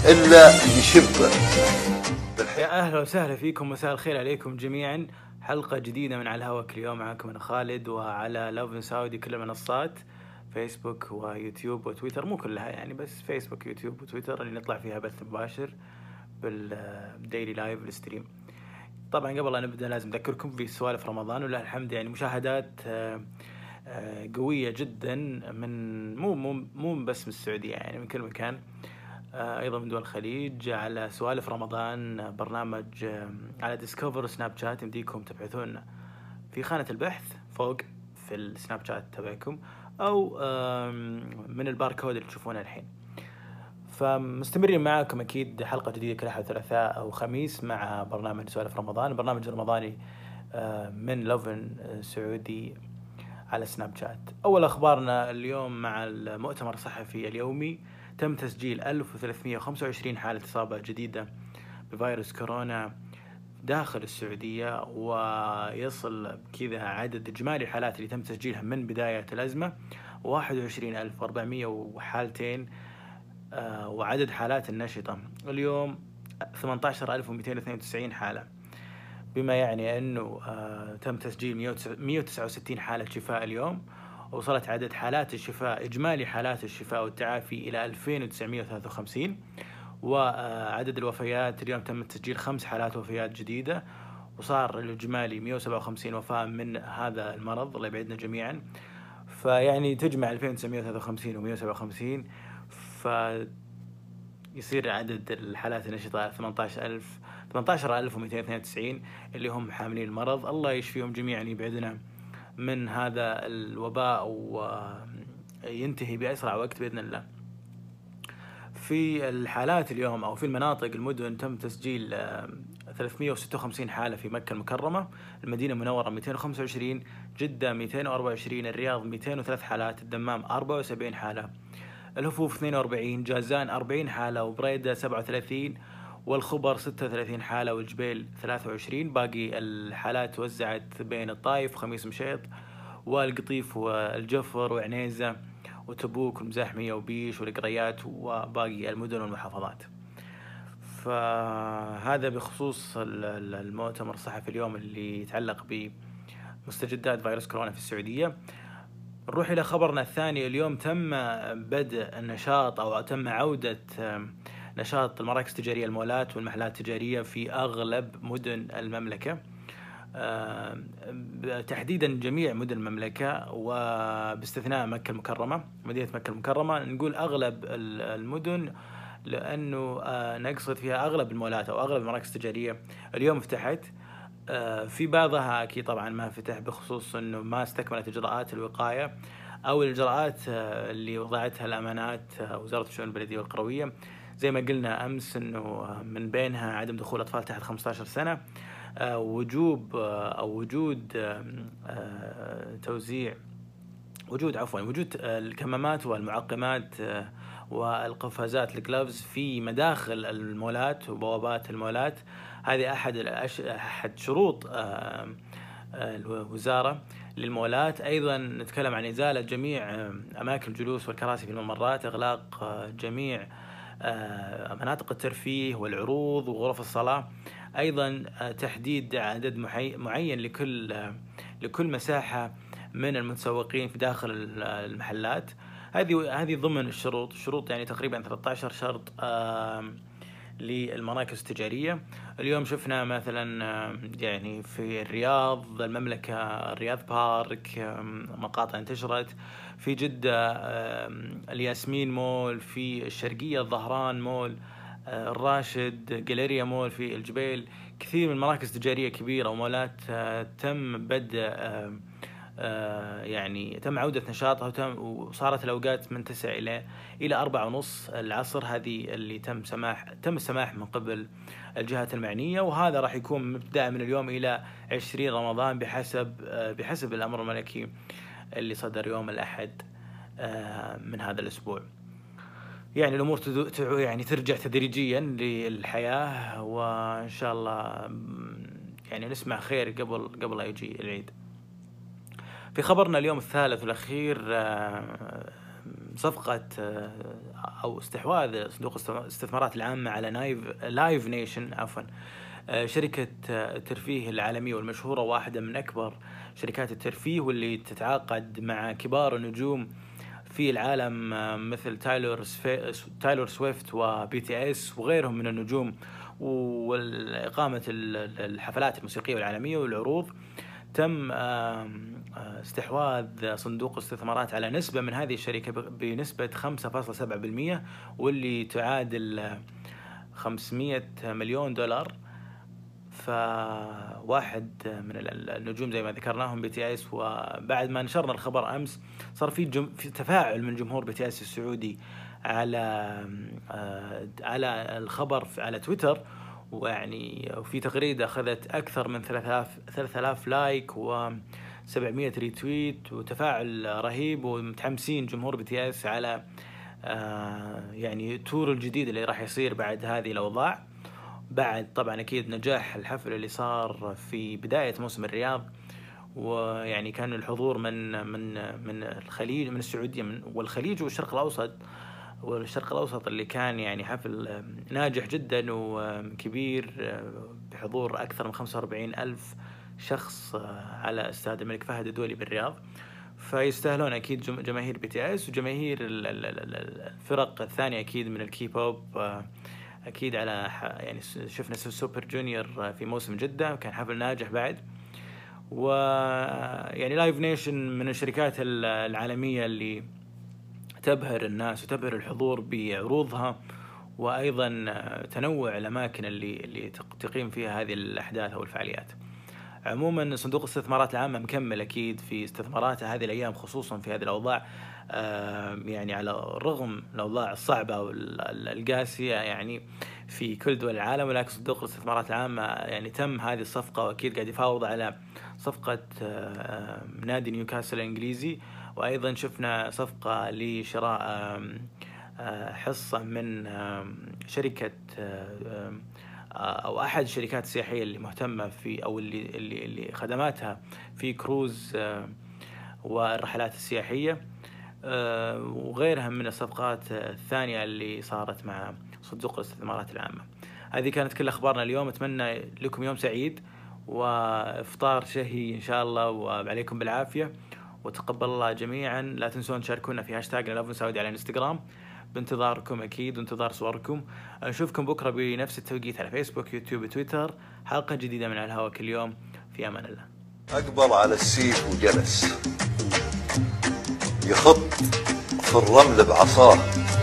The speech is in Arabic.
إلا يشب. يا أهلا وسهلا فيكم، مساء الخير عليكم جميعا. حلقة جديدة من على الهواء كل يوم، معكم أنا خالد، وعلى لاف سعودي كل المنصات، فيسبوك ويوتيوب وتويتر، مو كلها يعني، بس فيسبوك يوتيوب وتويتر اللي نطلع فيها بث مباشر بالديلي لايف الستريم. طبعا قبل أن نبدأ لازم أذكركم في سوالف رمضان، ولله الحمد يعني مشاهدات قوية جدا، من مو بس من السعودية، يعني من كل مكان، أيضا من دول الخليج، على سوالف رمضان. برنامج على ديسكفر سناب شات، يمديكم تبحثون في خانة البحث فوق في السناب شات تبعكم، أو من الباركود اللي تشوفونه الحين. فمستمرين معكم أكيد حلقة جديدة كل أحد ثلاثاء أو خميس مع برنامج سوالف رمضان، برنامج رمضاني من لوفن سعودي على سناب شات. أول أخبارنا اليوم مع المؤتمر الصحفي اليومي. تم تسجيل 1325 حالة إصابة جديدة بفيروس كورونا داخل السعودية، ويصل كذا عدد إجمالي الحالات اللي تم تسجيلها من بداية الأزمة 21,400 وحالتين، وعدد حالات النشطة اليوم 18,292 حالة، بما يعني أنه تم تسجيل 169 حالة شفاء اليوم، وصلت عدد حالات الشفاء، إجمالي حالات الشفاء والتعافي، إلى 2953. وعدد الوفيات اليوم تم تسجيل 5 حالات وفيات جديدة، وصار الإجمالي 157 وفاة من هذا المرض، الله يبعدنا جميعا. فيعني تجمع 2953 و 157، يصير عدد الحالات النشطة 18,292 اللي هم حاملين المرض. الله يشفيهم جميعا، يبعدنا من هذا الوباء وينتهي بأسرع وقت بإذن الله. في الحالات اليوم أو في المناطق المدن تم تسجيل 356 حالة في مكة المكرمة، المدينة المنورة 225، جدة 224، الرياض 203 حالات، الدمام 74 حالة، الهفوف 42، جازان 40 حالة، وبريدة 37، والخبر 36 حالة، والجبيل 23. باقي الحالات توزعت بين الطايف وخميس مشيط والقطيف والجفر وعنيزة وتبوك والمزاحمية وبيش والقريات وباقي المدن والمحافظات. فهذا بخصوص المؤتمر الصحفي اليوم اللي يتعلق بمستجدات فيروس كورونا في السعودية. نروح إلى خبرنا الثاني. اليوم تم بدء النشاط أو تم عودة نشاط المراكز التجارية، المولات والمحلات التجارية في أغلب مدن المملكة، تحديدا جميع مدن المملكة وباستثناء مكة المكرمة، مدينة مكة المكرمة. نقول أغلب المدن لأنه نقصد فيها أغلب المولات أو أغلب المراكز التجارية اليوم فتحت. في بعضها أكيد طبعا ما فتح، بخصوص أنه ما استكملت إجراءات الوقاية أو الإجراءات اللي وضعتها الأمانات وزارة الشؤون البلدية والقروية، زي ما قلنا أمس أنه من بينها عدم دخول أطفال تحت 15 سنة، وجوب أو وجود وجود الكمامات والمعقمات والقفازات الجلوفز في مداخل المولات وبوابات المولات. هذه أحد شروط الوزارة للمولات. أيضا نتكلم عن إزالة جميع أماكن الجلوس والكراسي في الممرات، إغلاق جميع مناطق الترفيه والعروض وغرف الصلاة. أيضا تحديد عدد معين لكل مساحة من المتسوقين في داخل المحلات. هذه ضمن الشروط يعني تقريبا 13 شرط للمراكز التجارية. اليوم شفنا مثلا يعني في الرياض المملكة، الرياض بارك، مقاطع انتشرت في جدة، الياسمين مول، في الشرقية الظهران مول، الراشد، جاليريا مول في الجبيل. كثير من المراكز التجارية كبيرة ومولات تم بدء يعني تم عودة نشاطها، وصارت الأوقات من 9 إلى 4:30 العصر. هذه اللي تم السماح من قبل الجهات المعنية، وهذا راح يكون مبدأ من اليوم إلى 20 رمضان بحسب الأمر الملكي اللي صدر يوم الأحد من هذا الأسبوع. يعني الأمور يعني ترجع تدريجيا للحياة، وإن شاء الله يعني نسمع خير قبل لا يجي العيد. في خبرنا اليوم الثالث والأخير صفقة أو استحواذ صندوق الاستثمارات العامة على لايف نيشن عفوا، شركة الترفيه العالمية والمشهورة، واحدة من أكبر شركات الترفيه واللي تتعاقد مع كبار النجوم في العالم مثل تايلور سويفت وبي تي اس وغيرهم من النجوم، والإقامة الحفلات الموسيقية والعالمية والعروض. تم استحواذ صندوق الاستثمارات على نسبة من هذه الشركة بنسبة 5.7%، واللي تعادل 500 مليون دولار. فواحد من النجوم زي ما ذكرناهم بي تي اس، وبعد ما نشرنا الخبر أمس صار في تفاعل من جمهور بي تي اس السعودي على الخبر على تويتر، ويعني وفي تغريدة أخذت أكثر من 3000 لايك و700 ريتويت، وتفاعل رهيب، ومتحمسين جمهور بي تي اس على يعني تور الجديد اللي راح يصير بعد هذه الأوضاع، بعد طبعا أكيد نجاح الحفل اللي صار في بداية موسم الرياض. ويعني كان الحضور من الخليج، من السعودية والخليج والشرق الأوسط اللي كان يعني حفل ناجح جدا وكبير بحضور أكثر من 45 ألف شخص على استاد الملك فهد الدولي بالرياض. فيستاهلون أكيد جماهير بي تي اس وجماهير الفرق الثانية أكيد من الكي بوب. أكيد على يعني شفنا سوبر جونيور في موسم جدة كان حفل ناجح بعد. ويعني لايف نيشن من الشركات العالمية اللي تبهر الناس وتبهر الحضور بعروضها، وأيضا تنوع الأماكن اللي تقيم فيها هذه الأحداث أو الفعاليات. عموما صندوق الاستثمارات العامة مكمل أكيد في استثماراته هذه الأيام، خصوصا في هذه الأوضاع، يعني على الرغم الأوضاع الصعبة والقاسية يعني في كل دول العالم، ولكن صندوق الاستثمارات العامة يعني تم هذه الصفقة، وأكيد قاعد يفاوض على صفقة نادي نيوكاسل الإنجليزي. وأيضا شفنا صفقة لشراء حصة من شركة أو أحد الشركات السياحية اللي مهتمة في أو اللي خدماتها في كروز والرحلات السياحية، وغيرها من الصفقات الثانية اللي صارت مع صندوق الاستثمارات العامة. هذه كانت كل أخبارنا اليوم، أتمنى لكم يوم سعيد وإفطار شهي إن شاء الله وعليكم بالعافية، وتقبل الله جميعا. لا تنسون تشاركونا في هاشتاج لاف سعودي على الانستغرام، بانتظاركم أكيد وانتظار صوركم. نشوفكم بكرة بنفس التوقيت على فيسبوك يوتيوب وتويتر، حلقة جديدة من على الهواء كل يوم. في أمان الله. أقبل على السيف وجلس يخط في الرمل بعصاه.